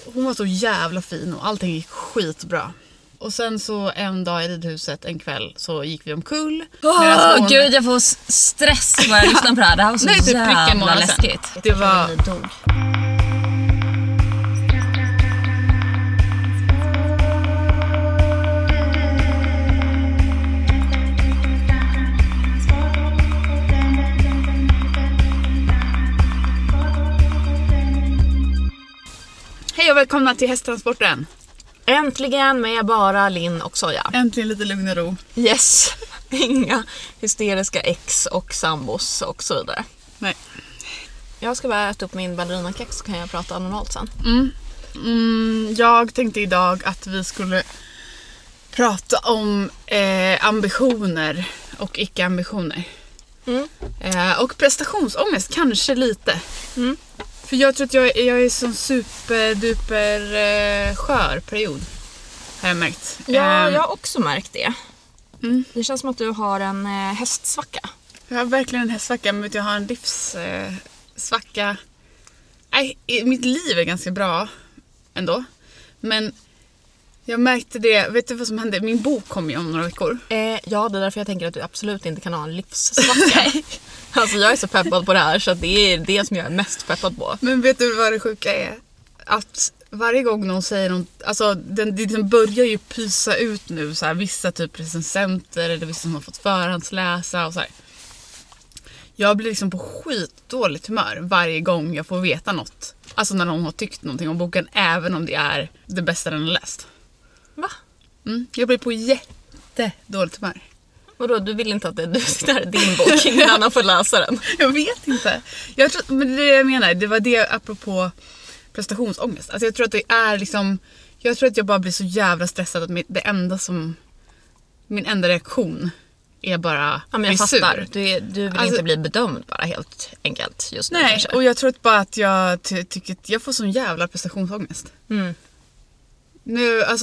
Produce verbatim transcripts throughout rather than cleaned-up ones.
hon var så jävla fin och allting gick skitbra. Och sen så en dag i ridhuset, en kväll, så gick vi omkull. Åh hon... gud, jag får stress när jag lyssnar på det här. Det här var så Nej, jävla läskigt. Sen. Det var... Vi dog. Hej och välkomna till Hästtransporten. Äntligen med bara Linn och Soja. Äntligen lite lugn och ro. Yes, inga hysteriska ex och sambos och så vidare. Nej. Jag ska bara äta upp min ballerinakex så kan jag prata normalt sen. Mm. Mm, jag tänkte idag att vi skulle prata om eh, ambitioner och icke-ambitioner. Mm. Eh, och prestationsångest, kanske lite. Mm. För jag tror att jag, jag är sån superduper eh, skör period. Har jag märkt. Ja, um, jag har också märkt det. Mm. Det känns som att du har en eh, hästsvacka. Jag har verkligen en hästsvacka, men jag har en livssvacka. Eh, Nej, mitt liv är ganska bra ändå. Men jag märkte det, vet du vad som hände? Min bok kom ju om några veckor. Eh, ja, det är därför jag tänker att du absolut inte kan ha en livssvacka. Alltså jag är så peppad på det här så att det är det som jag är mest peppad på. Men vet du vad det sjuka är? Att varje gång någon säger något, alltså den, den börjar ju pysa ut nu så här, vissa typ recensenter eller vissa som har fått förhandsläsa och så här. Jag blir liksom på skitdåligt humör varje gång jag får veta något. Alltså när någon har tyckt någonting om boken, även om det är det bästa den har läst. Va? Mm, jag blir på jättedåligt humör. Vadå, du vill inte att det du sitter i din bok innan annan får läsa den? Jag vet inte. Jag tror, men det är det jag menar, det var det apropå prestationsångest. Alltså jag tror att det är liksom, jag tror att jag bara blir så jävla stressad att det enda som, min enda reaktion är bara ja, men jag sur. fattar. Du, är, du vill alltså, inte bli bedömd bara helt enkelt just nu. Nej, kanske. Och jag tror bara att jag ty- tycker att jag får sån jävla prestationsångest. Mm. Nu, alltså,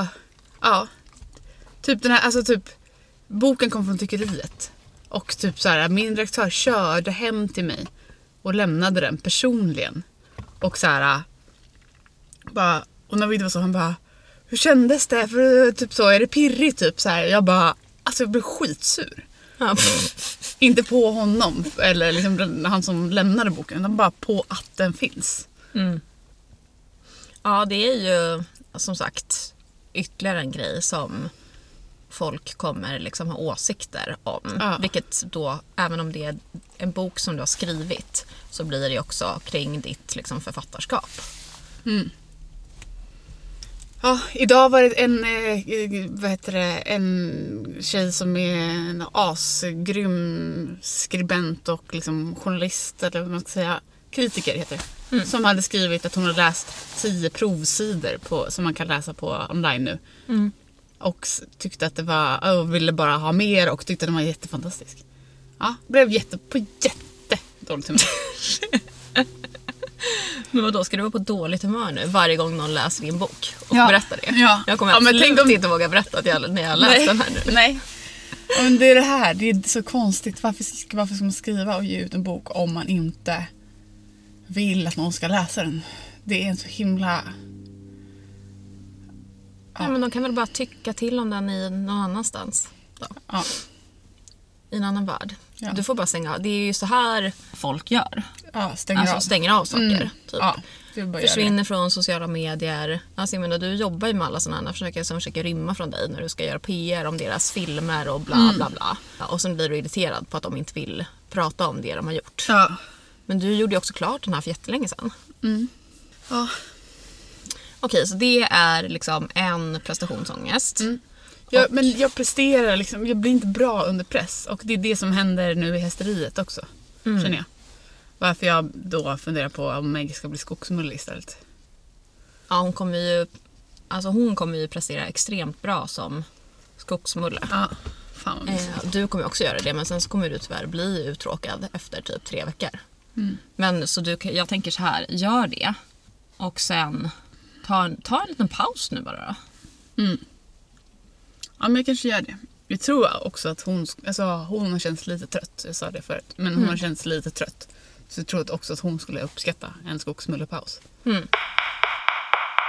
ja. Typ den här, alltså typ boken kom från tyckeriet. Och typ så här, min redaktör körde hem till mig och lämnade den personligen. Och så här bara, och när vi var så han bara, hur kändes det? För typ så, är det pirrigt typ så här. Jag bara, alltså jag blev skitsur. Ja. Inte på honom eller liksom han som lämnade boken, utan bara på att den finns. Mm. Ja, det är ju som sagt ytterligare en grej som folk kommer liksom ha åsikter om. Ja. Vilket då, även om det är en bok som du har skrivit, så blir det också kring ditt liksom författarskap. Mm. Ja, idag var det en, eh, vad heter det, en tjej som är en asgrym skribent och liksom journalist, eller vad man ska säga, kritiker heter det. Mm. Som hade skrivit att hon hade läst tio provsidor på, som man kan läsa på online nu. Mm. Och tyckte att det var, och ville bara ha mer och tyckte att den var jättefantastisk. Ja, blev jätte, på jätte dåligt humör. Men vadå, ska du vara på dåligt humör nu varje gång någon läser din bok och ja. berättar det? Ja. Jag kommer ja, absolut men tänk om... inte våga berätta att jag, när jag har läst Nej. den här nu. Nej, men det är det här, det är så konstigt. Varför ska, varför ska man skriva och ge ut en bok om man inte vill att någon ska läsa den? Det är en så himla... Ja. Nej, men de kan väl bara tycka till om den i någon annanstans då. Ja. I en annan värld. Ja. Du får bara stänga av. Det är ju så här folk gör. Ja, stänger alltså av. stänger av saker. Mm. Typ. Ja, det försvinner från sociala medier. Alltså jag menar, du jobbar ju med alla sådana här försöker, som försöker rymma från dig när du ska göra P R om deras filmer och bla bla bla. Ja, och sen blir du irriterad på att de inte vill prata om det de har gjort. Ja. Men du gjorde ju också klart den här för jättelänge sedan. Mm. Ja. Okej, så det är liksom en prestationsångest. Mm. Ja, men jag presterar liksom, jag blir inte bra under press. Och det är det som händer nu i hästeriet också, mm. känner jag. Varför jag då funderar på om Meg ska bli skogsmulle istället. Ja, hon kommer ju, alltså hon kommer ju prestera extremt bra som skogsmulle. Ja, fan. Eh, du kommer också göra det, men sen så kommer du tyvärr bli uttråkad efter typ tre veckor. Mm. Men så du, jag tänker så här, gör det. Och sen ta en, ta en liten paus nu bara då. Mm. Ja, men jag kanske gör det. Jag tror också att hon, alltså, hon har känts lite trött. Jag sa det förut. Men hon mm. har känts lite trött. Så jag tror också att hon skulle uppskatta en skogsmullepaus. Mm.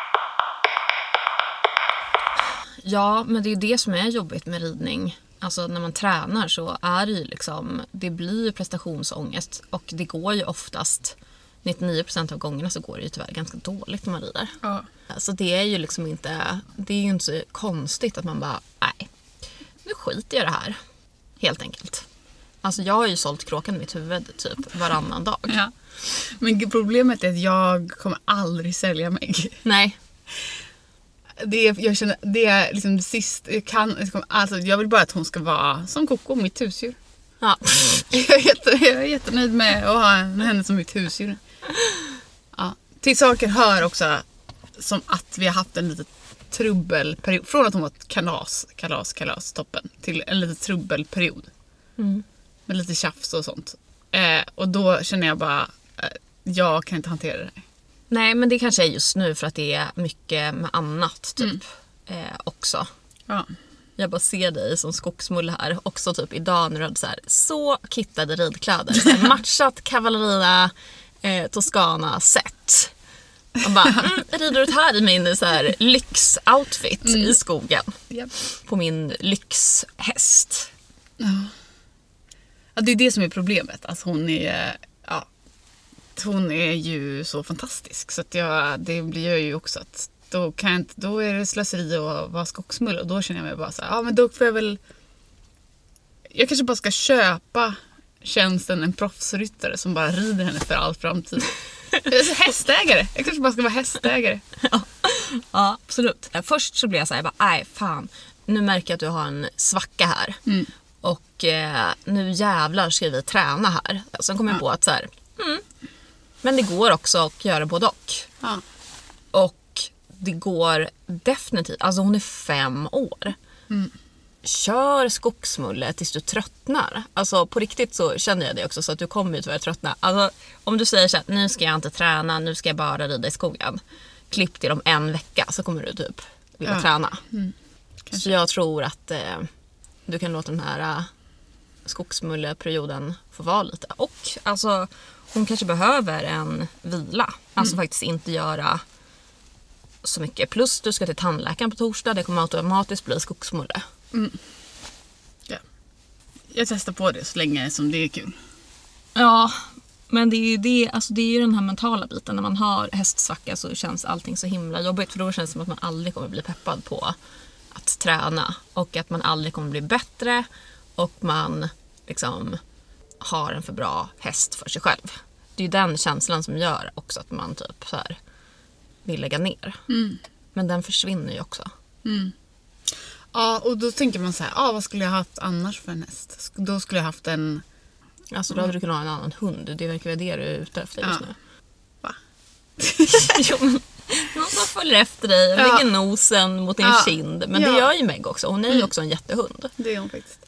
Ja, men det är det som är jobbigt med ridning. Alltså när man tränar så är det ju liksom, det blir ju prestationsångest och det går ju oftast, nittionio procent av gångerna så går det ju tyvärr ganska dåligt när man rider. Ja. Så det är ju liksom inte, det är ju inte så konstigt att man bara, nej, nu skiter jag det här, helt enkelt. Alltså jag har ju sålt kråkan i mitt huvud typ varannan dag. Ja. Men problemet är att jag kommer aldrig sälja mig. Nej. Det är, jag känner, det är liksom det sista, jag kan, jag, kommer, alltså, jag vill bara att hon ska vara som Coco, mitt husdjur. Ja. Jag är, jätte, jag är jättenöjd med att ha henne som mitt husdjur. Ja. Till saker hör också som att vi har haft en liten trubbelperiod. Från att hon var kalas, kalas, kalas toppen till en liten trubbelperiod. Mm. Med lite tjafs och sånt. Eh, och då känner jag bara, eh, jag kan inte hantera det. Nej, men det kanske är just nu för att det är mycket med annat typ mm. eh, också. Ja. Jag bara ser dig som skogsmulle här. Också typ idag när du hade så, här, så kittade ridkläder. Så här, matchat Cavalleria eh, Toscana set. Man bara, mm, rider ut här i min så här, lyxoutfit mm. i skogen. Yep. På min lyxhäst. Ja. Ja, det är det som är problemet. Alltså hon är, ja, hon är ju så fantastisk. Så att jag, det blir ju också att då, kan jag inte, då är det slöseri att vara skogsmulle. Och då känner jag mig bara så här, ja men då får jag väl... Jag kanske bara ska köpa tjänsten en proffsryttare som bara rider henne för all framtid. Hästägare. Jag kanske bara ska vara hästägare. Ja, ja absolut. Först så blev jag så här, jag bara, nej fan, nu märker jag att du har en svacka här. Mm. Och eh, nu jävlar ska vi träna här. Sen kom jag på att så här, mm, men det går också att göra både och. Ja. Och det går definitivt, alltså hon är fem år. Mm. Kör skogsmulle tills du tröttnar. Alltså på riktigt så känner jag det också, så att du kommer ju tyvärr tröttna. Alltså om du säger så här, nu ska jag inte träna, nu ska jag bara rida i skogen. Klipp till om en vecka så kommer du typ vilja ja. träna. Mm. Så jag tror att eh, du kan låta den här uh, skogsmulleperioden få vara lite. Och alltså hon kanske behöver en vila. Alltså mm. faktiskt inte göra så mycket. Plus du ska till tandläkaren på torsdag. Det kommer automatiskt bli skogsmulle. Mm. Ja. Jag testar på det så länge som det är kul. Ja, men det är ju det, alltså det är ju den här mentala biten. När man har hästsvacka så känns allting så himla jobbigt. För då känns det som att man aldrig kommer bli peppad på att träna. Och att man aldrig kommer bli bättre. Och man liksom har en för bra häst för sig själv. Det är ju den känslan som gör också att man typ så här vill lägga ner. Mm. Men den försvinner ju också. Mm. Ja, och då tänker man så här, ah, vad skulle jag haft annars för en häst? Då skulle jag haft en... Alltså då hade du kunnat ha en annan hund. Det verkar vara det du är ute efter just ja. nu. Va? Jo, någon som följer efter dig och ja. lägger nosen mot din ja. kind. Men ja. det gör ju Meg också. Hon är ju mm. också en jättehund. Det är hon faktiskt.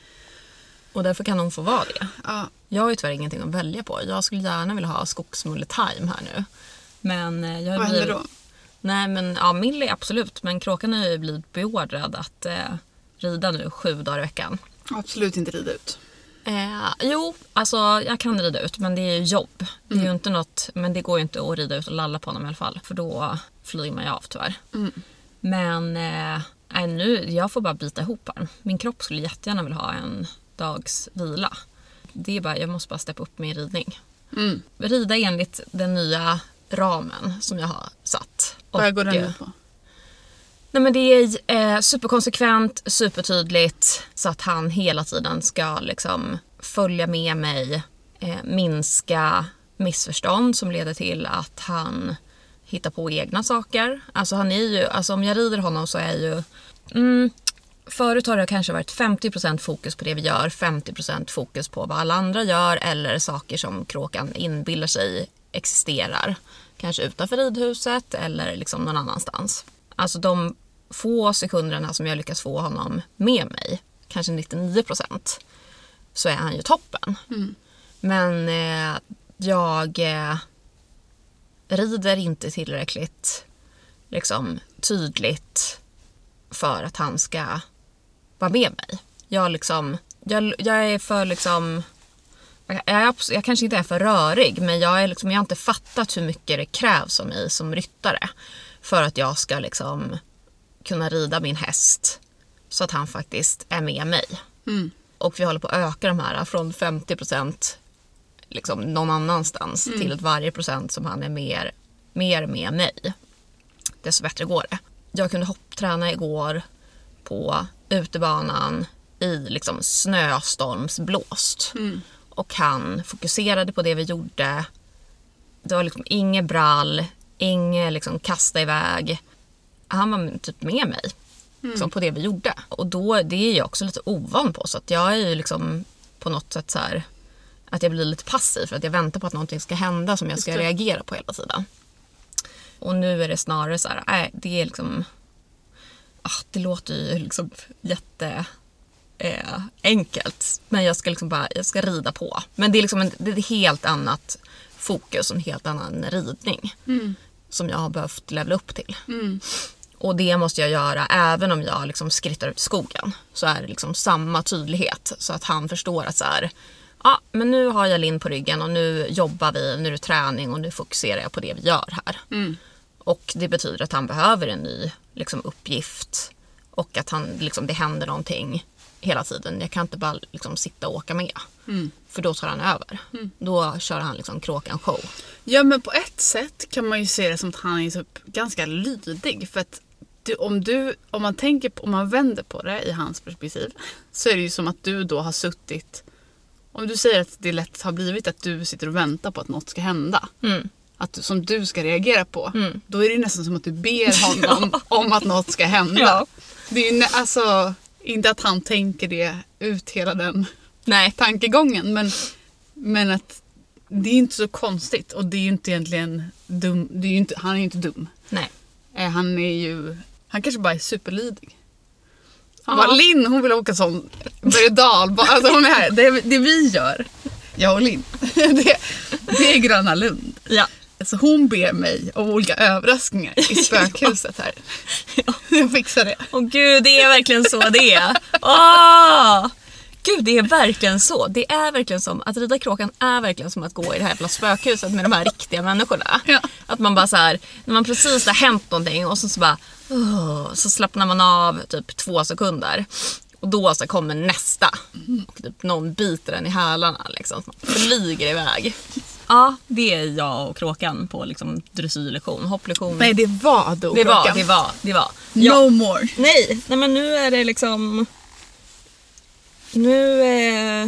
Och därför kan hon få vara det. Ja. Jag har ju tyvärr ingenting att välja på. Jag skulle gärna vilja ha skogsmulle-time här nu. Men jag vad händer då? Nej, men ja, Millie absolut. Men kråkan har ju blivit beordrad att eh, rida nu sju dagar i veckan. Absolut inte rida ut. Eh, jo, alltså jag kan rida ut, men det är ju jobb. Det är mm. ju inte något, men det går ju inte att rida ut och lalla på honom i alla fall. För då flyger man ju av tyvärr. Mm. Men eh, nu, jag får bara bita ihop här. Min kropp skulle jättegärna vilja ha en dags vila. Det är bara, jag måste bara steppa upp min ridning. Mm. Rida enligt den nya ramen som jag har satt. Vad går den ut på? Nej, men det är eh, superkonsekvent, supertydligt, så att han hela tiden ska liksom följa med mig, eh, minska missförstånd som leder till att han hittar på egna saker. Alltså han är ju, alltså om jag rider honom så är ju mm, förut har det kanske varit femtio procent fokus på det vi gör, femtio procent fokus på vad alla andra gör eller saker som kråkan inbillar sig existerar. Kanske utanför ridhuset eller liksom någon annanstans. Alltså de få sekunderna som jag lyckas få honom med mig, kanske nittionio procent, så är han ju toppen. Mm. Men eh, jag eh, rider inte tillräckligt liksom tydligt för att han ska vara med mig. Jag liksom, jag, jag är för liksom... Jag, är, jag kanske inte är för rörig, men jag, är liksom, jag har inte fattat hur mycket det krävs av mig som ryttare för att jag ska liksom kunna rida min häst så att han faktiskt är med mig. Mm. Och vi håller på att öka de här från femtio procent liksom någon annanstans mm. till att varje procent som han är mer, mer med mig, desto bättre går det. Jag kunde hoppträna igår på utebanan i liksom snöstormsblåst. Mm. Och han fokuserade på det vi gjorde. Det var liksom inget brall, inget liksom kasta iväg. Han var typ med mig mm. liksom på det vi gjorde. Och då, det är jag också lite ovan på. Så att jag är ju liksom på något sätt så här, att jag blir lite passiv för att jag väntar på att någonting ska hända som jag ska reagera på hela tiden. Och nu är det snarare så här, nej, det är liksom, ah, det låter ju liksom jätte eh, enkelt. Men jag ska liksom bara, jag ska rida på. Men det är liksom en, det är ett helt annat fokus och en helt annan ridning mm. som jag har behövt levela upp till. Mm. Och det måste jag göra även om jag liksom skrittar ut i skogen. Så är det liksom samma tydlighet så att han förstår att så här, ja, men nu har jag Linn på ryggen och nu jobbar vi, nu är det träning och nu fokuserar jag på det vi gör här. Mm. Och det betyder att han behöver en ny liksom, uppgift och att han, liksom, det händer någonting hela tiden. Jag kan inte bara liksom, sitta och åka med. Mm. För då tar han över. Mm. Då kör han liksom kråkan show. Ja, men på ett sätt kan man ju se det som att han är typ ganska lydig. För att du, om, du, om, man tänker på, om man vänder på det i hans perspektiv så är det ju som att du då har suttit. Om du säger att det lätt har blivit att du sitter och väntar på att något ska hända. Mm. Att, som du ska reagera på. Mm. Då är det nästan som att du ber honom ja. om att något ska hända. Ja. Det är ju alltså inte att han tänker det ut hela den Nej. tankegången. Men, men att det är inte så konstigt. Och det är ju inte egentligen dum. Det är ju inte, han är ju inte dum. Nej. Han är ju... Han kanske bara är superlydig. Han bara, Linn, hon vill åka sån berg- och dalbana. Alltså hon är här. Det, det vi gör, jag och Linn, det, det är Gröna Lund. Ja. Så hon ber mig om olika överraskningar i spökhuset här. Ja. Jag fixar det. Åh gud, det är verkligen så det är. Åh! Gud, det är verkligen så. Det är verkligen som att rida kråkan är verkligen som att gå i det här jävla spökhuset med de här riktiga människorna. Ja. Att man bara så här, när man precis har hänt någonting och så, så bara oh, så slappnar man av typ två sekunder. Och då så kommer nästa. Och typ någon biter den i hälarna liksom. Man flyger iväg. Ja, det är jag och kråkan på liksom dressyrlektion, hopplektion. Nej, det var då det var, kråkan. det var, det var. No ja. more. Nej, nej, men nu är det liksom... Nu, eh,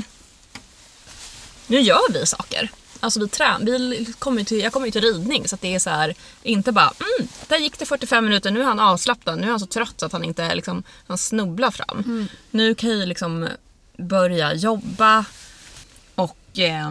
nu gör vi saker. Alltså vi trän, vi kommer till, jag kommer ju till ridning så att det är så här, inte bara, mm, där gick det fyrtiofem minuter, nu är han avslappnad, nu är han så trött så att han inte liksom, han snubblar fram. Mm. Nu kan jag liksom börja jobba och eh,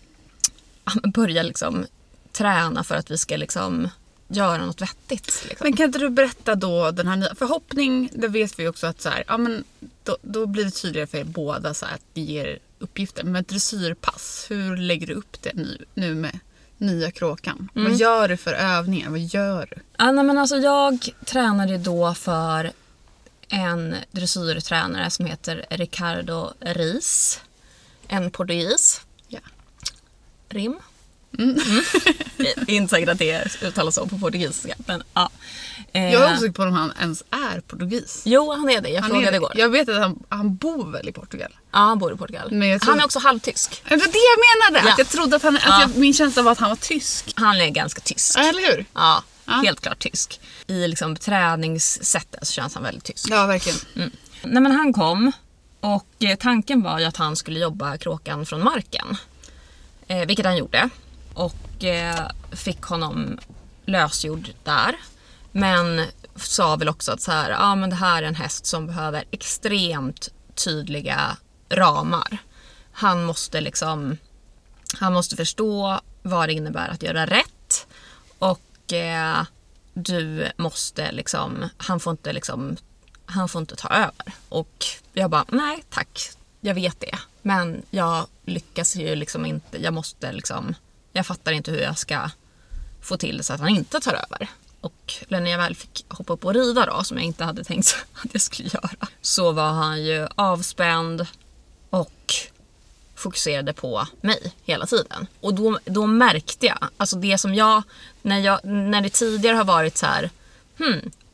börja liksom träna för att vi ska liksom göra något vettigt. Liksom. Men kan inte du berätta då den här nya förhoppning, det vet vi också att så här, ja men då, då blir det tydligare för er båda så här, att ni ger uppgifter. Men ett dressyrpass, hur lägger du upp det nu, nu med nya kråkan? Mm. Vad gör du för övningar? Vad gör du? Ja, nej, men alltså jag tränade då för en dressyrtränare som heter Ricardo Reis. En portugis. Ja. Rim. Mm. Mm. Jag är inte säker att det uttalas så på portugisiska. Men, ja. Jag är osäker på om han ens är portugis. Jo, han är det. Jag han frågade det. igår. Jag vet att han, han bor väl i Portugal. Ja, han bor i Portugal. Men tror... Han är också halvtysk. Det var det jag menade. Ja. Att jag trodde att han... Ja. Att jag, min känsla var att han var tysk. Han är ganska tysk. Ja, eller hur? Ja, ja. Helt klart tysk. I liksom träningssättet så känns han väldigt tysk. Ja, verkligen. Mm. Nej, men han kom och tanken var ju att han skulle jobba kråkan från marken. Eh, vilket han gjorde. Och eh, fick honom lösgjord där. Men sa väl också att så här, ja, men det här är en häst som behöver extremt tydliga ramar. Han måste liksom han måste förstå vad det innebär att göra rätt. Och eh, du måste liksom han får inte liksom han får inte ta över. Och jag bara, nej tack, jag vet det. Men jag lyckas ju liksom inte, jag måste liksom jag fattar inte hur jag ska få till det så att han inte tar över. Och när jag väl fick hoppa upp och rida då, som jag inte hade tänkt att jag skulle göra, så var han ju avspänd och fokuserade på mig hela tiden. Och då, då märkte jag, alltså det som jag när, jag, när det tidigare har varit så här, hmm,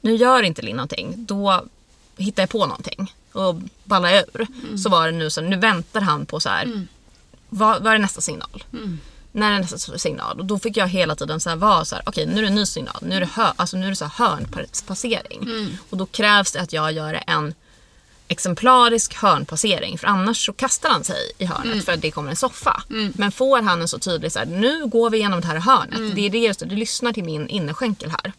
nu gör inte Linn någonting, då hittar jag på någonting och ballar ur. Mm. Så var det nu så nu väntar han på så här, mm. vad, vad är nästa signal? Mm. När är nästa signal? Och då fick jag hela tiden så här vara så här, okej, nu är det en ny signal. Nu är det hör, alltså nu är det så här hörnpassering. Mm. Och då krävs det att jag gör en exemplarisk hörnpassering, för annars så kastar han sig i hörnet mm. för att det kommer en soffa. Mm. Men får han en så tydlig så här, nu går vi igenom det här hörnet. Mm. Det är det just det, du lyssnar till min innerskänkel här.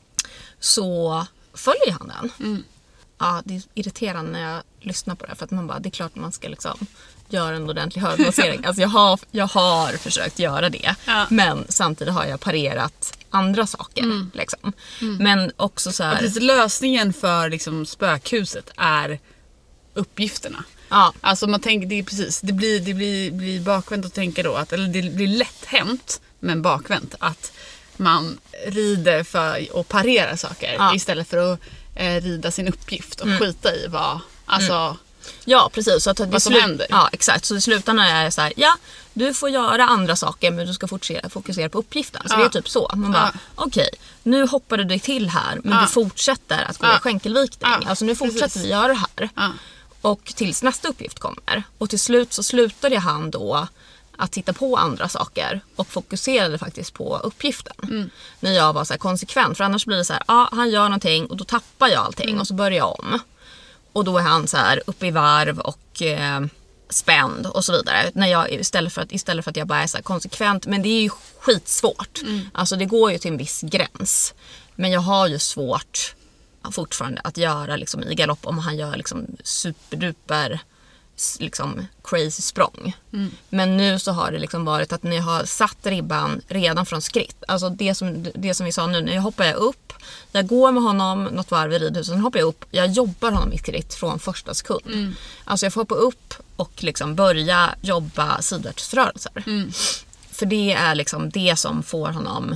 Så följer han den. Mm. Ja, det är irriterande när jag lyssnar på det, för att man bara, det är klart man ska liksom göra en ordentlig hörnpassering. Alltså jag har, jag har försökt göra det, ja. Men samtidigt har jag parerat andra saker. Mm. Liksom. Mm. Men också så här... Precis, lösningen för liksom spökhuset är uppgifterna. Ja. Alltså man tänker, det är precis, det blir, det blir, blir bakvänt att tänka då, att, eller det blir lätt hänt, men bakvänt, att man rider för att parera saker, ja. Istället för att eh, rida sin uppgift och mm. skita i vad, alltså... Mm. Ja, precis. Så att vad som slu- händer. Ja, exakt. Så i slutändan är det så här, ja, du får göra andra saker, men du ska fokusera, fokusera på uppgiften. Så ja. Det är typ så. Man bara, ja. Okej, nu hoppar du dig till här, men ja. Du fortsätter att gå ja. I skänkelvikning. Ja. Alltså nu fortsätter precis. Vi göra det här. Ja. Och tills nästa uppgift kommer. Och till slut så slutade han då att titta på andra saker och fokuserade faktiskt på uppgiften. Mm. När jag var så här konsekvent. För annars blir det så här, ja, han gör någonting och då tappar jag allting mm. och så börjar jag om. Och då är han så här uppe i varv och eh, spänd och så vidare. När jag, istället, för att, istället för att jag bara är så här konsekvent. Men det är ju skitsvårt. Mm. Alltså det går ju till en viss gräns. Men jag har ju svårt fortfarande att göra liksom, i galopp om han gör liksom, superduper liksom, crazy språng. Mm. Men nu så har det liksom varit att ni har satt ribban redan från skritt. Alltså det som, det som vi sa nu, nu hoppar jag upp. Jag går med honom något varv i ridhuset, sen hoppar jag upp. Jag jobbar honom i skritt från första sekund. Mm. Alltså jag får hoppa upp och liksom börja jobba sidvärtsrörelser. Mm. För det är liksom det som får honom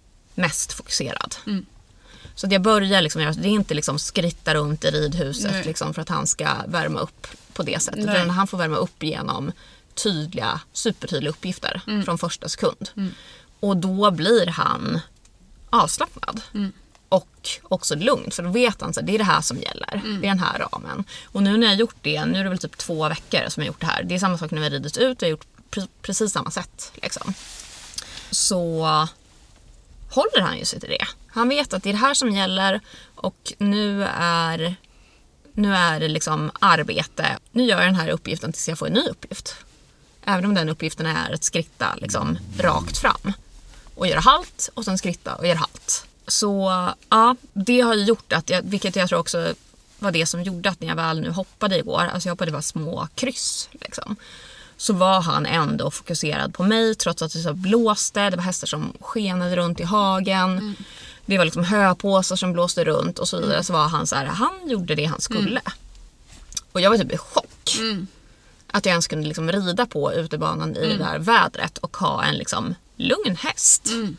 mest fokuserad. Mm. Så att jag börjar liksom göra, det är inte liksom skritta runt i ridhuset liksom för att han ska värma upp på det sättet. Utan han får värma upp genom tydliga, supertydliga uppgifter mm. från första sekund. Mm. Och då blir han avslappnad. Mm. Och också lugn, för då vet han att det är det här som gäller. Mm. Det är den här ramen. Och nu när jag har gjort det, nu är det väl typ två veckor som jag har gjort det här. Det är samma sak när vi har ridit ut, jag har gjort pre- precis samma sätt. Liksom. Så håller han ju sig till det. Han vet att det är det här som gäller och nu är, nu är det liksom arbete. Nu gör jag den här uppgiften tills jag får en ny uppgift. Även om den uppgiften är att skritta liksom rakt fram. Och göra halt och sen skritta och göra halt. Så ja, det har gjort att jag, vilket jag tror också var det som gjorde att när jag väl nu hoppade igår, alltså jag hoppade bara små kryss liksom. Så var han ändå fokuserad på mig trots att det så blåste. Det var hästar som skenade runt i hagen. Mm. Det var liksom höpåsar som blåste runt och så vidare. Mm. Så var han så här, han gjorde det han skulle. Mm. Och jag var typ i chock. Mm. Att jag ens kunde liksom rida på utebanan i mm. det där vädret och ha en liksom lugn häst. Mm.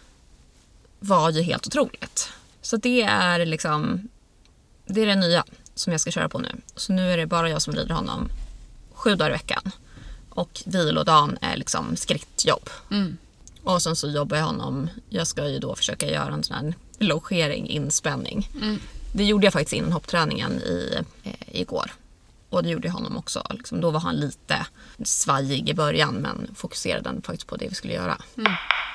Var ju helt otroligt. Så det är liksom, det är det nya som jag ska köra på nu. Så nu är det bara jag som rider honom sju dagar i veckan. Och vilodagen är liksom skrittjobb. Mm. Och sen så jobbar jag honom. Jag ska ju då försöka göra en sån här longering, inspänning. Mm. Det gjorde jag faktiskt innan hoppträningen i, eh, igår. Och det gjorde jag honom också. Liksom, då var han lite svajig i början, men fokuserade den faktiskt på det vi skulle göra. Mm.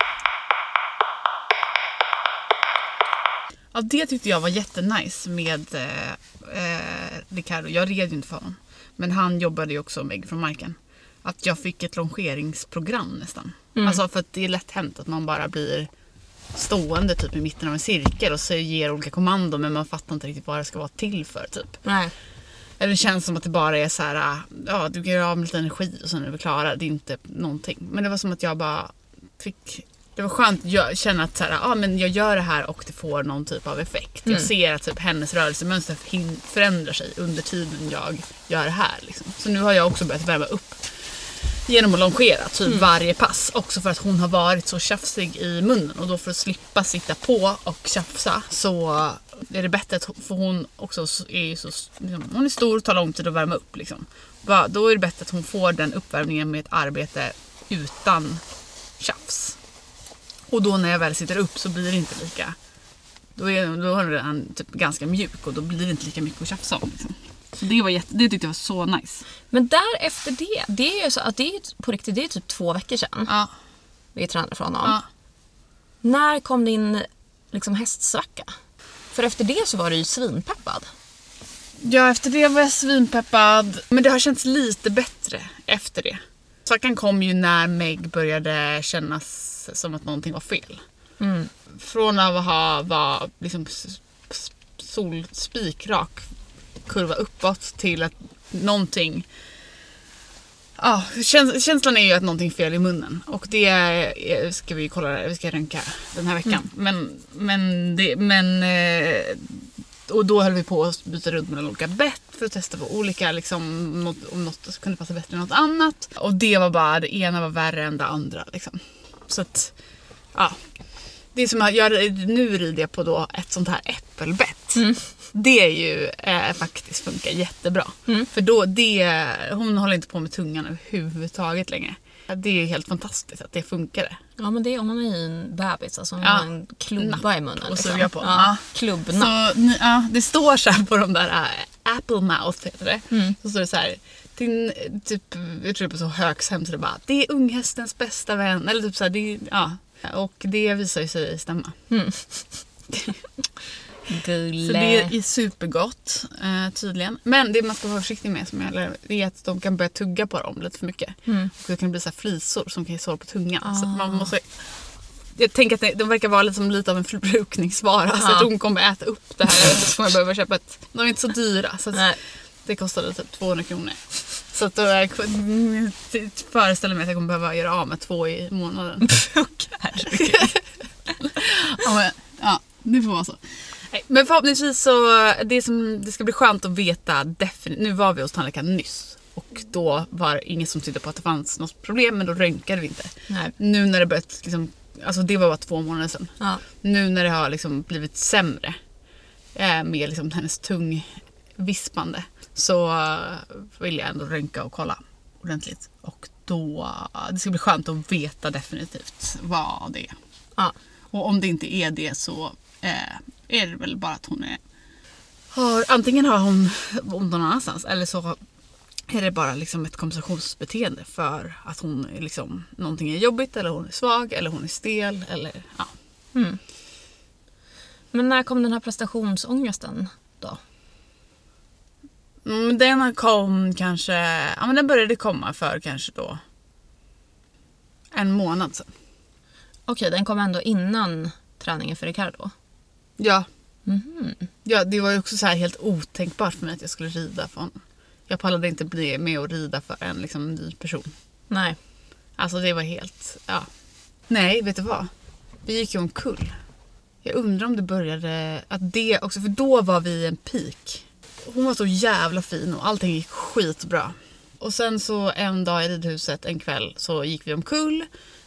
Ja, det tyckte jag var jättenice med eh, eh, Ricardo. Jag red ju inte för honom. Men han jobbade ju också med ägg från marken. Att jag fick ett longeringsprogram nästan. Mm. Alltså för att det är lätt hänt att man bara blir stående typ i mitten av en cirkel och så ger olika kommandon, men man fattar inte riktigt vad det ska vara till för typ. Nej. Eller det känns som att det bara är så här, ja, du gör av med lite energi och sen är vi klara. Det är inte någonting. Men det var som att jag bara fick, det var skönt att känna att så här, ja, men jag gör det här och det får någon typ av effekt. Mm. Jag ser att typ hennes rörelsemönster förändrar sig under tiden jag gör det här liksom. Så nu har jag också börjat värma upp genom att longera typ mm. varje pass. Också för att hon har varit så tjafsig i munnen. Och då för att slippa sitta på och tjafsa så är det bättre att, för hon också är ju så, liksom, hon är stor och tar lång tid att värma upp liksom. Då är det bättre att hon får den uppvärmningen med ett arbete utan tjafs. Och då när jag väl sitter upp så blir det inte lika Då är då har den typ ganska mjuk och då blir det inte lika mycket att tjafsa om. Liksom. Så det, var jätte, det tyckte jag var så nice. Men därefter det, det är ju så att det är på riktigt, det är typ två veckor sedan. Ja. Vi tränade från honom. Ja. När kom din liksom hästsvacka? För efter det så var du ju svinpeppad. Ja, efter det var jag svinpeppad. Men det har känts lite bättre efter det. Svackan kom ju när Meg började kännas som att någonting var fel. Mm. Från att ha var liksom solspikrak kurva uppåt till att någonting... Ja, käns- känslan är ju att någonting är fel i munnen. Och det är, ska vi kolla, vi ska röntga den här veckan. Mm. Men, men, det, men och då höll vi på att byta runt mellan olika bett för att testa på olika, liksom, något, om något kunde passa bättre än något annat. Och det var bara, det ena var värre än det andra. Liksom. Så att, ja. Det är som att jag, nu rider jag på då ett sånt här äppelbett. Mm. Det är ju eh, faktiskt funkar jättebra. Mm. För då, det, hon håller inte på med tungan överhuvudtaget längre. Det är helt fantastiskt att det funkar. Ja, men det är om man är en bebis, alltså om man ja. har en klubba napp i munnen. Och så liksom. på. Ja, ja. Klubbnapp. Så, ja, det står så här på de där äh, Apple Mouth heter det. Mm. Så står det så här, din, typ, jag tror det är på så högs hemsida bara, det är unghästens bästa vän. Eller typ så här, det, ja. Och det visar ju sig stämma. Mm. Så det är supergott eh, tydligen. Men det man ska vara försiktig med som jag lär, är att de kan börja tugga på dem lite för mycket. Mm. Och det kan bli så här flisor som kan ge sår på tungan. Ah. Så att man måste, jag tänker att det, de verkar vara liksom lite av en förbrukningsvara. Ah. Så att hon kommer äta upp det här. Så kommer jag behöva köpa ett. De är inte så dyra. Så att det kostade typ tvåhundra kronor. Så att då jag föreställer mig att jag kommer behöva göra av med två i månaden. ja, men, ja, det får vara så. Nej, men förhoppningsvis så det, som, det ska bli skönt att veta definitivt. Nu var vi hos tandläkaren nyss och då var det inget som tydde på att det fanns något problem, men då röntgade vi inte. Nej. Nu när det börjat liksom, alltså det var bara två månader sedan. Ja. Nu när det har liksom blivit sämre eh, med liksom hennes tung vispande, så vill jag ändå röntga och kolla ordentligt. Och då, det ska bli skönt att veta definitivt vad det är. Ja. Och om det inte är det så eh, är det väl bara att hon är... Har, antingen har hon ont någon annanstans eller så är det bara liksom ett kompensationsbeteende för att hon är liksom, någonting är jobbigt eller hon är svag eller hon är stel eller ja. Mm. Men när kom den här prestationsångesten då? Mm, den kom kanske, ja men den började komma för kanske då en månad sedan. Okej, den kom ändå innan träningen för Ricardo? Ja. Mm-hmm. Ja, det var ju också så här helt otänkbart för mig att jag skulle rida för honom. Jag pallade inte bli med och rida för en liksom ny person. Nej. Alltså det var helt, ja. Nej, vet du vad? Vi gick ju omkull. Jag undrar om det började, att det också, för då var vi i en peak. Hon var så jävla fin och allting gick skitbra. Och sen så en dag i ridhuset, en kväll, så gick vi omkull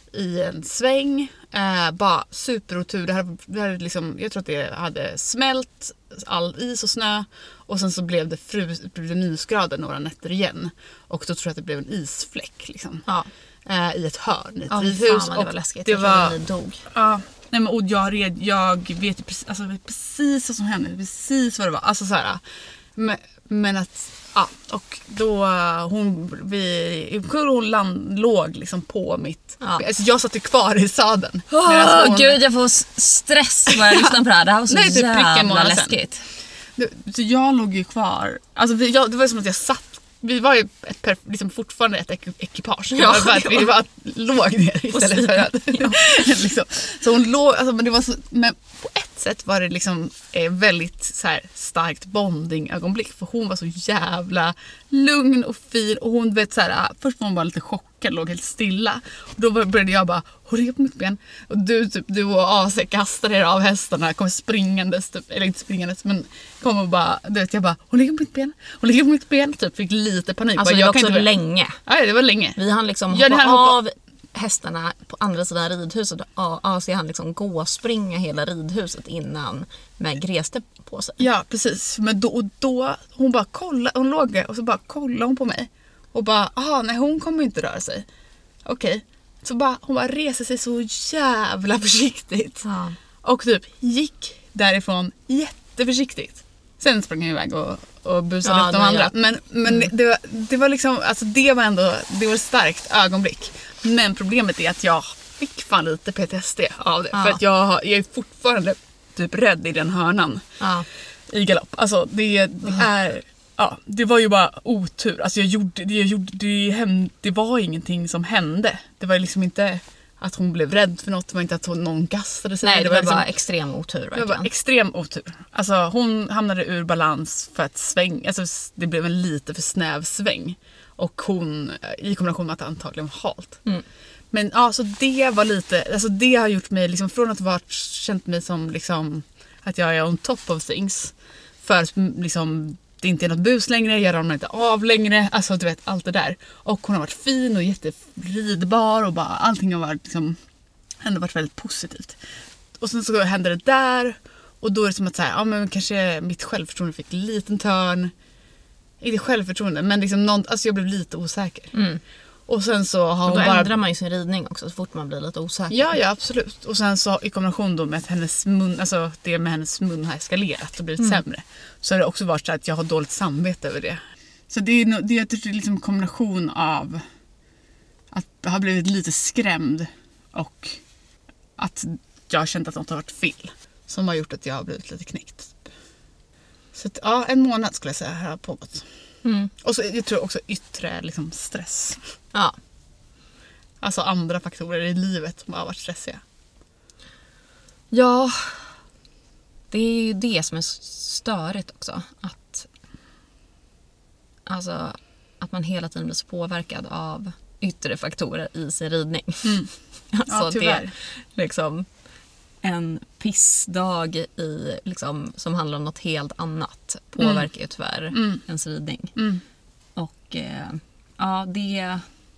i en sväng. Eh, bara superotur. Det hade, det hade liksom, jag tror att det hade smält all is och snö. Och sen så blev det, fru, blev det minusgrader några nätter igen. Och då tror jag att det blev en isfläck. Liksom. Ja. Eh, I ett hörn i ett ja, ridhus. Fan, det var läskigt. Det jag var, ni dog. Ja. Nej, men, och jag, red, jag vet ju precis, alltså, precis vad som hände. Precis vad det var. Alltså så här... Men, men att, ja, och då hon, vi, hon land, låg liksom på mitt, ja. Alltså jag satt ju kvar i sadeln. Åh hon, gud, jag får stress när jag lyssnar på det här. Det här var så nej, jävla läskigt. Sen. Så jag låg ju kvar, alltså vi, jag, det var som att jag satt, vi var ju ett, liksom fortfarande ett ekipage. Ja, bara att vi bara låg ner istället för att... Ja. liksom. Så hon låg... Alltså, men, det var så, men på ett sätt var det liksom eh, väldigt så här, starkt bonding-ögonblick. För hon var så jävla lugn och fin. Och hon vet så här... Först var hon bara lite chockad, låg helt stilla. Och då började jag bara... Hon ligger på mitt ben. Och du, typ, du och A C kastade er av hästarna. Kom springandes, typ, eller inte springandes, men kom och bara... Du vet, jag bara... Hon ligger på mitt ben. Hon ligger på mitt ben. Typ fick lite panik. Alltså bara, det jag var också kan inte... länge. Ja, det var länge. Vi hann liksom hoppa, ja, hoppa av hästarna på andra sidan ridhuset. Och A C hann liksom gå och springa hela ridhuset innan med gräste på sig. Ja, precis. Men då, och då hon bara kollade, hon låg där och så bara kollade hon på mig. Och bara, aha, nej hon kommer inte röra sig. Okej. Okay. Så bara, hon bara reser sig så jävla försiktigt. Ja. Och typ gick därifrån jätteförsiktigt. Sen sprang jag iväg och, och busade Ja, upp de nej, andra. ja. Men, men Mm. det, var, det var liksom, alltså det var ändå, det var ett starkt ögonblick. Men problemet är att jag fick fan lite P T S D av det. Ja. För att jag, har- jag är fortfarande typ rädd i den hörnan Ja. i galopp. Alltså det, det är, ja, det var ju bara otur. Alltså jag gjorde, det, jag gjorde, det, hem, det var ingenting som hände. Det var liksom inte att hon blev rädd för något, det var inte att hon, någon kastade sig. Nej, det var liksom, bara extrem otur det var verkligen. bara extrem otur. Alltså hon hamnade ur balans för att sväng, alltså det blev en lite för snäv sväng. Och hon, i kombination med att det antagligen var halt. Mm. Men ja, så det var lite, alltså det har gjort mig liksom från att ha varit, känt mig som liksom att jag är on top of things. För liksom det inte är något bus längre, jag ramlar inte av längre, alltså du vet allt det där. Och hon har varit fin och jätteridbar och bara allting har varit liksom ändå varit väldigt positivt. Och sen så hände det där och då är det som att så här, ja men kanske mitt självförtroende fick en liten törn. Inte självförtroende, men liksom någon, alltså jag blev lite osäker. Mm. Och sen så har Och hon då bara... ändrar man ju sin ridning också så fort man blir lite osäker. Ja, ja, absolut. Och sen så i kombination då med att hennes mun, alltså det med hennes mun har eskalerat och blivit Mm. sämre. Så har det också varit så att jag har dåligt samvete över det. Så det är, no- det är liksom en kombination av att jag har blivit lite skrämd och att jag har känt att något har varit fel. Som har gjort att jag har blivit lite knäckt. Så att, ja, en månad skulle jag säga har pågått. Mm. Och så jag tror också yttre liksom, stress. Ja. Alltså andra faktorer i livet som har varit stressiga. Ja, det är ju det som är störigt också. Att, alltså, att man hela tiden blir så påverkad av yttre faktorer i sin ridning. Mm. Alltså Ja, tyvärr. det liksom en pissdag i, liksom, som handlar om något helt annat påverkar ju tyvärr Mm. ens ridning. Mm. Och eh, ja, det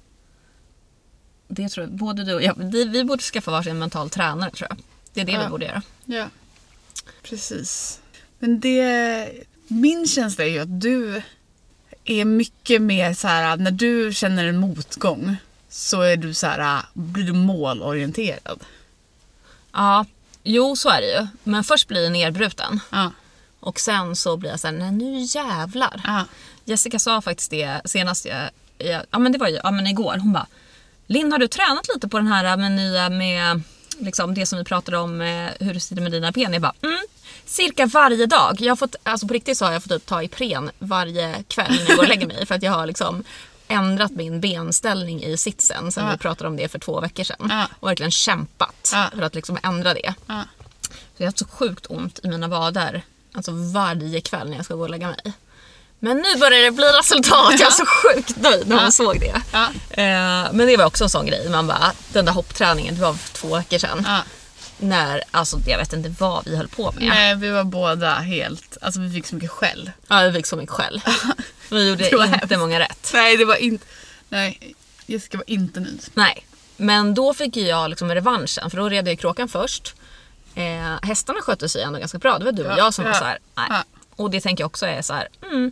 det tror jag, både du och jag, vi, vi borde skaffa varsin mental tränare tror jag. Det är det Ja. vi borde göra. Ja, precis. Men det, min känsla är ju att du är mycket mer så här, när du känner en motgång så är du så här, blir du målorienterad. Ja, jo så är det ju. Men först blir jag nedbruten. Ja. Och sen så blir jag så här, nej nu jävlar. Ja. Jessica sa faktiskt det senast jag, jag, ja men det var ju, ja men igår. Hon bara, Linn har du tränat lite på den här med nya med liksom det som vi pratade om eh, hur du sitter med dina ben? Jag bara, mm, cirka varje dag. Jag har fått, alltså på riktigt så har jag fått typ ta Ipren varje kväll när jag går och lägger mig för att jag har liksom ändrat min benställning i sitsen sen Ja. vi pratade om det för två veckor sedan. Ja. Och verkligen kämpat Ja. för att liksom ändra det. Ja. Så jag har så sjukt ont i mina vader. Alltså varje kväll när jag ska gå och lägga mig. Men nu börjar det bli resultat. Jag är så sjukt nöjd när hon Ja. såg det. Ja. Eh, men det var också en sån grej. Man bara, den där hoppträningen, det var för två veckor sedan. Ja. När, alltså jag vet inte vad vi höll på med. Nej, vi var båda helt, alltså vi fick så mycket skäll. Ja, vi fick så mycket skäll. Vi gjorde Det var inte hemskt. många rätt. Nej, det var inte, nej, Jessica var inte nöjd. Nej, men då fick ju jag liksom revanschen. För då red jag i kråkan först. Eh, hästarna skötte sig ändå ganska bra. Det var du och Ja, jag som ja, var så här, nej. ja. Och det tänker jag också är så här, mm,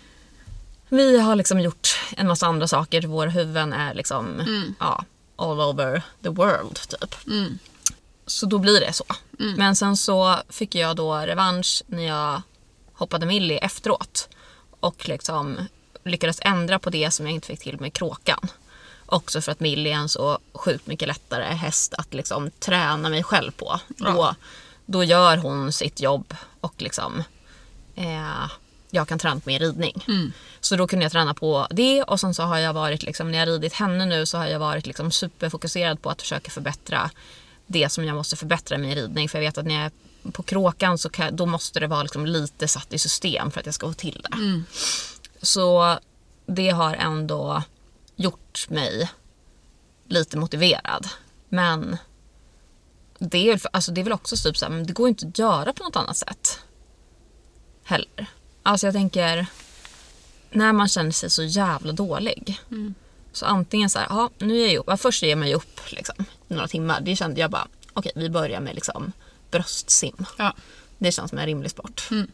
vi har liksom gjort en massa andra saker. Våra huvuden är liksom, Mm. ja, all over the world typ. Mm. Så då blir det så. Mm. Men sen så fick jag då revansch när jag hoppade Millie efteråt. Och liksom lyckades ändra på det som jag inte fick till med kråkan. Också för att Millie är en så sjukt mycket lättare häst att liksom träna mig själv på. Ja. Då, då gör hon sitt jobb och liksom eh, jag kan träna på min ridning. Mm. Så då kunde jag träna på det och sen så har jag varit liksom, när jag ridit henne nu så har jag varit liksom superfokuserad på att försöka förbättra det som jag måste förbättra i min ridning. För jag vet att när jag är på kråkan så kan, då måste det vara liksom lite satt i system för att jag ska få till det. Mm. Så det har ändå gjort mig lite motiverad. Men det är, alltså det är väl också typ så här, men det går inte att göra på något annat sätt. Heller. Alltså jag tänker, när man känner sig så jävla dålig. Mm. Så antingen så här, ja nu är jag upp. Först ger man ju upp liksom, i några timmar. Det kände jag bara, okej vi börjar med liksom bröstsim. Ja. Det känns som en rimlig sport. Mm.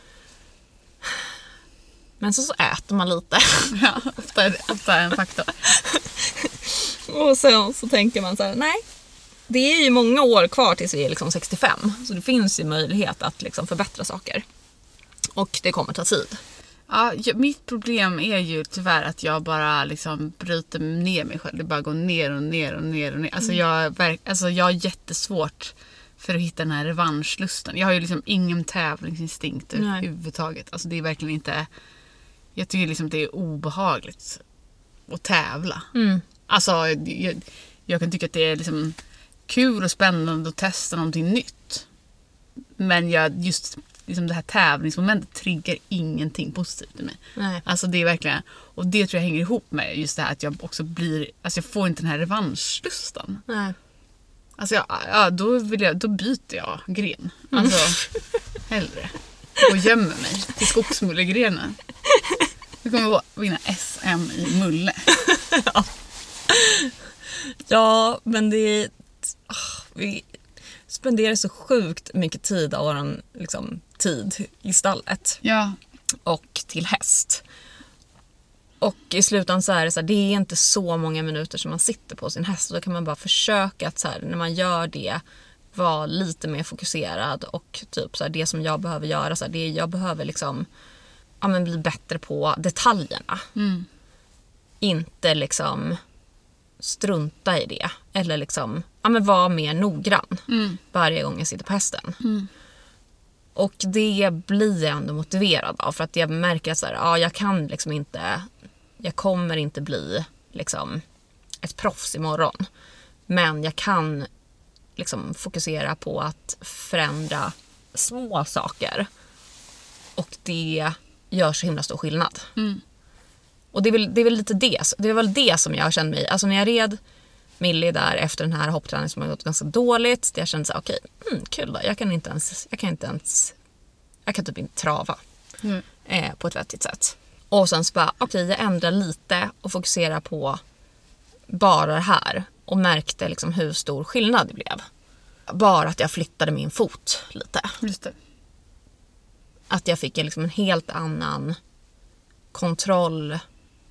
Men så, så äter man lite. Ja, ofta är, ofta är en faktor. Och sen så tänker man så här, nej. det är ju många år kvar tills vi är liksom sextiofem. Så det finns ju möjlighet att liksom förbättra saker. Och det kommer ta tid. Ja, mitt problem är ju tyvärr att jag bara liksom bryter ner mig själv. Det bara går ner och ner och ner och ner. Alltså, mm. jag, alltså jag har jättesvårt för att hitta den här revanschlusten. Jag har ju liksom ingen tävlingsinstinkt överhuvudtaget. Alltså det är verkligen inte... Jag tycker liksom det är obehagligt att tävla. Mm. Alltså jag, jag kan tycka att det är liksom kul och spännande att testa någonting nytt. Men jag just... Liksom det här tävlingsmomentet triggar ingenting positivt i mig. Nej. Alltså det är verkligen, och det tror jag hänger ihop med just det här att jag också blir, alltså jag får inte den här revanschlustan. Nej. Alltså jag, ja, då vill jag, då byter jag gren. Alltså mm. hellre. Och gömmer mig till skogsmullegrenen. Nu kommer jag vinna S M i mulle. Ja, ja men det är oh, vi spenderar så sjukt mycket tid av våran liksom, tid i stallet. Ja. Och till häst. Och i slutändan så är det så här, det är inte så många minuter som man sitter på sin häst. Och då kan man bara försöka att så här, när man gör det vara lite mer fokuserad. Och typ så här, det som jag behöver göra, så här, det är, jag behöver liksom ja, men bli bättre på detaljerna. Mm. Inte liksom strunta i det. Eller liksom ja, men vara mer noggrann mm. varje gång jag sitter på hästen. Mm. Och det blir jag ändå motiverad av. För att jag märker att så här, ja, jag kan liksom inte... Jag kommer inte bli liksom ett proffs imorgon. Men jag kan liksom fokusera på att förändra små saker. Och det gör så himla stor skillnad. Mm. Och det är, väl, det är väl lite det. Det är väl det som jag känner mig... Alltså när jag red Millie där efter den här hoppträningen som har gått ganska dåligt. Jag kände så här, okej, okay, mm, kul då. Jag kan inte ens... Jag kan inte ens... Jag kan typ inte trava mm. eh, på ett vettigt sätt. Och sen så bara, okej, okay, jag ändrar lite och fokuserar på bara det här. Och märkte liksom hur stor skillnad det blev. Bara att jag flyttade min fot lite. Just det. Att jag fick liksom en helt annan kontroll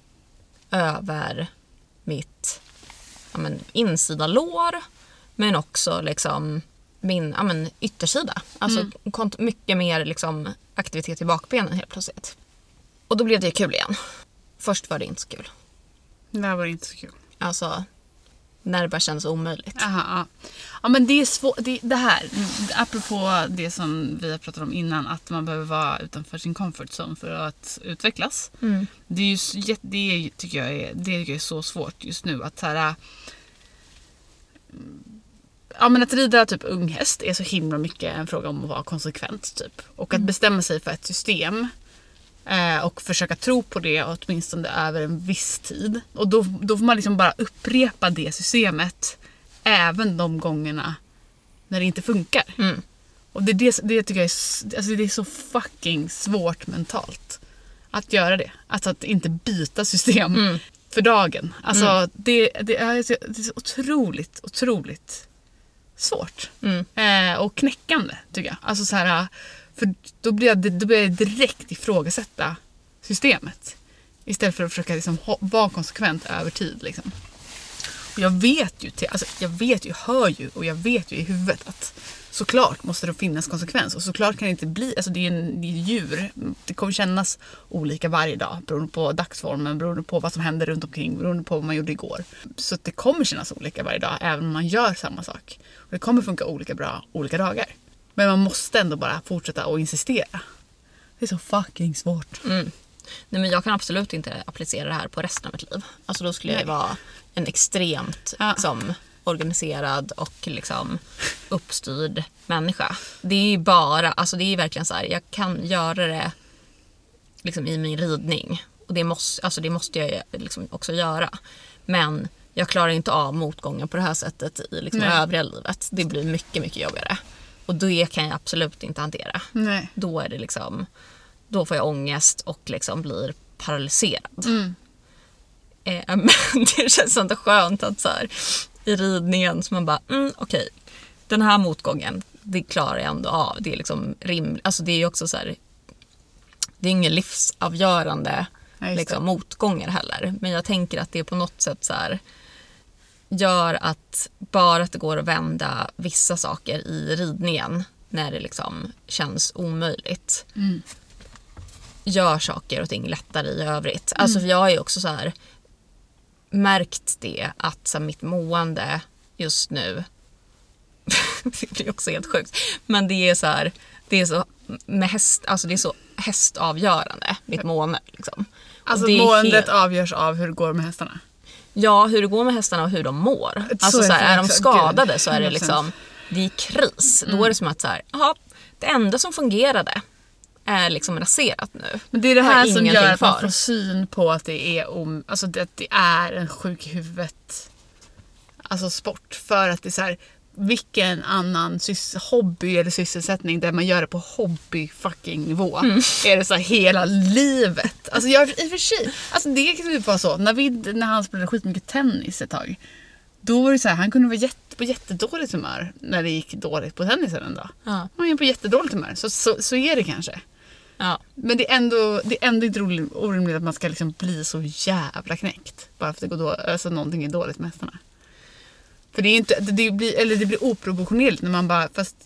över mitt ja, men, insida lår. Men också liksom min ja, men, yttersida. Alltså mm. kont- mycket mer liksom, aktivitet i bakbenen helt plötsligt. Och då blev det kul igen. Först var det inte så kul. Det var inte så kul. Alltså, när det bara känns omöjligt. Aha, ja. ja, men det är svårt. Det, det här, apropå det som vi har pratat om innan, att man behöver vara utanför sin comfort zone för att utvecklas. Mm. Det är ju, det tycker jag är, det tycker jag är så svårt just nu. Att så här, ja, men att rida typ unghäst är så himla mycket en fråga om att vara konsekvent typ. Och att bestämma sig för ett system eh, och försöka tro på det åtminstone över en viss tid. Och då, då får man liksom bara upprepa det systemet även de gångerna när det inte funkar. Mm. Och det, det, det tycker jag är, alltså det är så fucking svårt mentalt att göra det. Alltså att inte byta system mm. för dagen. Alltså mm. det, det, är, det är så otroligt, otroligt svårt. Mm. Eh, och knäckande tycker jag. Alltså så här, för då blir jag, då blir jag direkt ifrågasätta systemet. Istället för att försöka liksom vara konsekvent över tid. Liksom. Och jag vet ju, till, alltså jag vet ju, hör ju och jag vet ju i huvudet att såklart måste det finnas konsekvens. Och såklart kan det inte bli, alltså det är en det är djur. Det kommer kännas olika varje dag beroende på dagsformen, beroende på vad som händer runt omkring, beroende på vad man gjorde igår. Så att det kommer kännas olika varje dag även om man gör samma sak. Och det kommer funka olika bra olika dagar. Men man måste ändå bara fortsätta och insistera. Det är så fucking svårt. Mm. Nej, men jag kan absolut inte applicera det här på resten av mitt liv. Alltså då skulle jag vara en extremt ja. liksom, organiserad och liksom uppstyrd människa. Det är ju bara, alltså det är verkligen så här, jag kan göra det liksom i min ridning. Och det måste, alltså det måste jag liksom också göra. Men jag klarar inte av motgången på det här sättet i liksom övriga livet. Det blir mycket, mycket jobbigare. Och det kan jag absolut inte hantera. Nej. Då är det liksom, då får jag ångest och liksom blir paralyserad. Mm. Eh, men det känns inte skönt att så här, i ridningen så man bara, mm, okej, okay, den här motgången, det klarar jag ändå av. Det är liksom rimligt. Alltså det är ju också så här, det är ingen livsavgörande liksom, motgångar heller. Men jag tänker att det är på något sätt så här, gör att bara att det går att vända vissa saker i ridningen när det liksom känns omöjligt. Mm. Gör saker och ting lättare i övrigt. Mm. Alltså för jag har ju också så här märkt det att så här, mitt mående just nu det blir också helt sjukt. Men det är så här, det är så med häst, alltså det är så hästavgörande mitt mående liksom. Alltså måendet helt... avgörs av hur det går med hästarna. Ja, hur det går med hästarna och hur de mår. Så alltså så här, är de skadade Gud. Så är det liksom det är kris. Mm. Då är det som att så här, aha, det enda som fungerade är liksom raserat nu. Men det är det här som gör att man får syn på att det är om, alltså att det är en sjuk i huvudet alltså sport, för att det är så här, vilken annan sys- hobby eller sysselsättning där man gör det på hobby fucking nivå mm. är det så här hela livet. Alltså jag i och för sig, alltså det kan ju vara så när vi när han spelade skitmycket tennis ett tag. Då var det så här, han kunde vara jätte, på jättedåligt humör när det gick dåligt på tennisen en dag. Ja. Han var på jättedåligt humör, så, så, så är det kanske. Ja. Men det är ändå, det är ändå inte orimligt att man ska liksom bli så jävla knäckt bara för att det går då, alltså någonting är dåligt med hästarna. För det är inte, det blir, eller det blir oproportionerligt när man bara, fast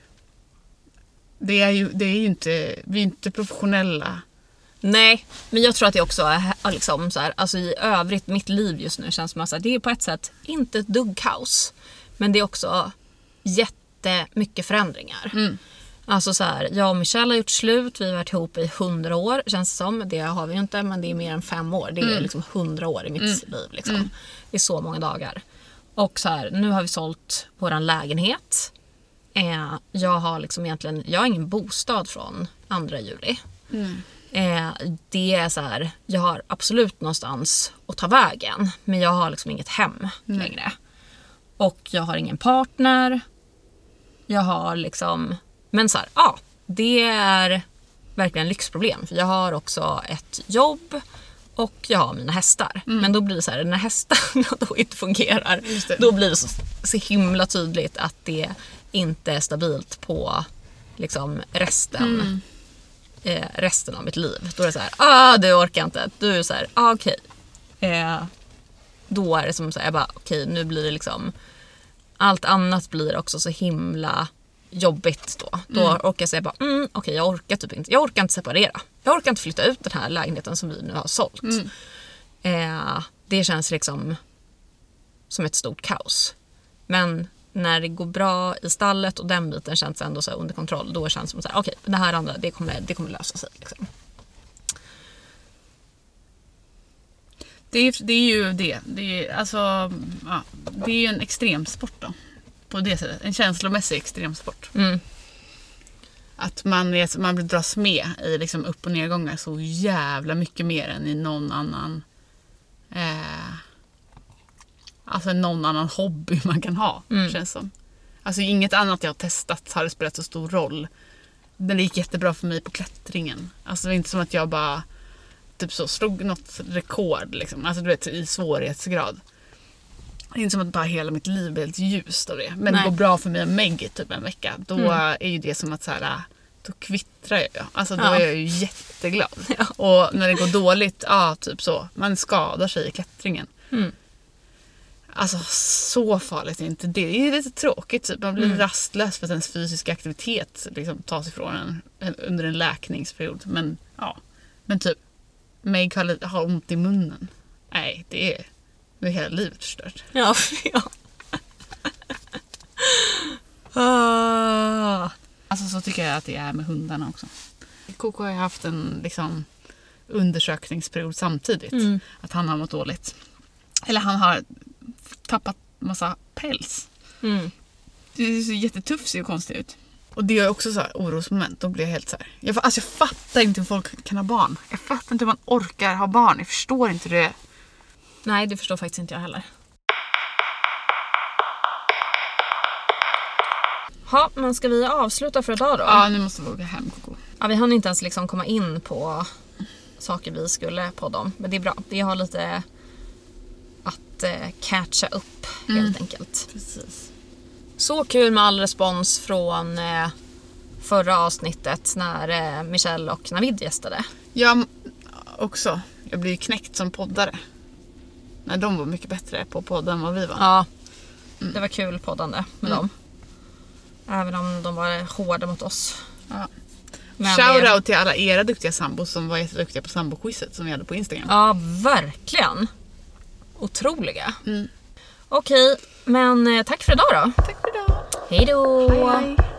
det är ju, det är ju inte, vi är inte professionella. Nej, men jag tror att det också är liksom så här, alltså i övrigt, mitt liv just nu känns som att det är på ett sätt inte ett dugg kaos. Men det är också jättemycket förändringar. Mm. Alltså så här, jag och Michelle har gjort slut, vi har varit ihop i hundra år, känns det som. Det har vi ju inte, men det är mer än fem år. Det är mm. liksom hundra år i mitt mm. liv liksom. Mm. Det är så många dagar. Och så här, nu har vi sålt våran lägenhet. Eh, jag har liksom egentligen, jag har ingen bostad från andra juli. Mm. Eh, det är så här, jag har absolut någonstans att ta vägen, men jag har liksom inget hem mm. längre. Och jag har ingen partner. Jag har liksom, men så här, ja, det är verkligen lyxproblem. För jag har också ett jobb och jag har mina hästar. Mm. Men då blir det så här, när hästarna då inte fungerar, då blir det så, så himla tydligt att det inte är stabilt på liksom resten mm. eh, resten av mitt liv. Då är det så här, ah, du orkar inte. Du är så här, ah, okej. Okay. Eh, då är det som så här, jag bara, okej, okay, nu blir det liksom, allt annat blir också så himla jobbigt då. Då mm. orkar jag säga bara, mm, okej, okay, jag orkar typ inte. Jag orkar inte separera. Jag orkar inte flytta ut den här lägenheten som vi nu har sålt. Mm. Eh, det känns liksom som ett stort kaos. Men när det går bra i stallet och den biten känns ändå så under kontroll, då känns det som så här, okej, okay, det här andra, det kommer, det kommer lösa sig liksom. Det är, det är ju det. Det är, alltså, ja, det är ju en extremsport då. På det sättet. En känslomässig extremsport. Mm. Att man, är, man blir dras med i liksom upp- och nedgångar så jävla mycket mer än i någon annan eh, alltså någon annan hobby man kan ha. Mm. Känns som. Alltså inget annat jag har testat har det spelat så stor roll. Men det gick jättebra för mig på klättringen. Alltså det var inte som att jag bara typ så slog något rekord liksom. Alltså du vet i svårighetsgrad. Det är inte som att bara hela mitt liv är helt ljust av det. Men Nej. Det går bra för mig och Meg typ en vecka. Då mm. är ju det som att så här, då kvittrar jag. Alltså då ja. Är jag ju jätteglad. Ja. Och när det går dåligt, ja typ så. Man skadar sig i klättringen. Mm. Alltså så farligt är inte det. Det är lite tråkigt typ. Man blir mm. rastlös för att ens fysiska aktivitet liksom tas ifrån en, en under en läkningsperiod. Men ja, men typ Meg har, har ont i munnen. Nej, det är nu är hela livet förstört. Ja, ja. ah. Alltså så tycker jag att det är med hundarna också. Koko har haft en liksom undersökningsperiod samtidigt. Mm. Att han har mått dåligt. Eller han har tappat massa päls. Mm. Det ser jättetufft, ser ju konstigt ut. Och det är också så här orosmoment. Då blir jag helt så här. Jag, alltså jag fattar inte hur folk kan ha barn. Jag fattar inte hur man orkar ha barn. Jag förstår inte det. Nej, det förstår faktiskt inte jag heller. Ja, men ska vi avsluta för idag då? Ja, nu måste vi åka hem, Koko. Ja, vi hann inte ens liksom komma in på saker vi skulle på dem. Men det är bra. Vi har lite att eh, catcha upp helt mm. enkelt. Precis. Så kul med all respons från eh, förra avsnittet när eh, Michelle och Navid gästade. Ja, också. Jag blir knäckt som poddare. Nej, de var mycket bättre på podden än vad vi var. Ja, mm. det var kul poddande med mm. dem. Även om de var hårda mot oss. Ja. Shoutout till alla era duktiga sambos som var jätteduktiga på samboquizet som vi hade på Instagram. Ja, verkligen. Otroliga. Mm. Okej, men tack för idag då. Tack för idag. Hej då. Hej, hej.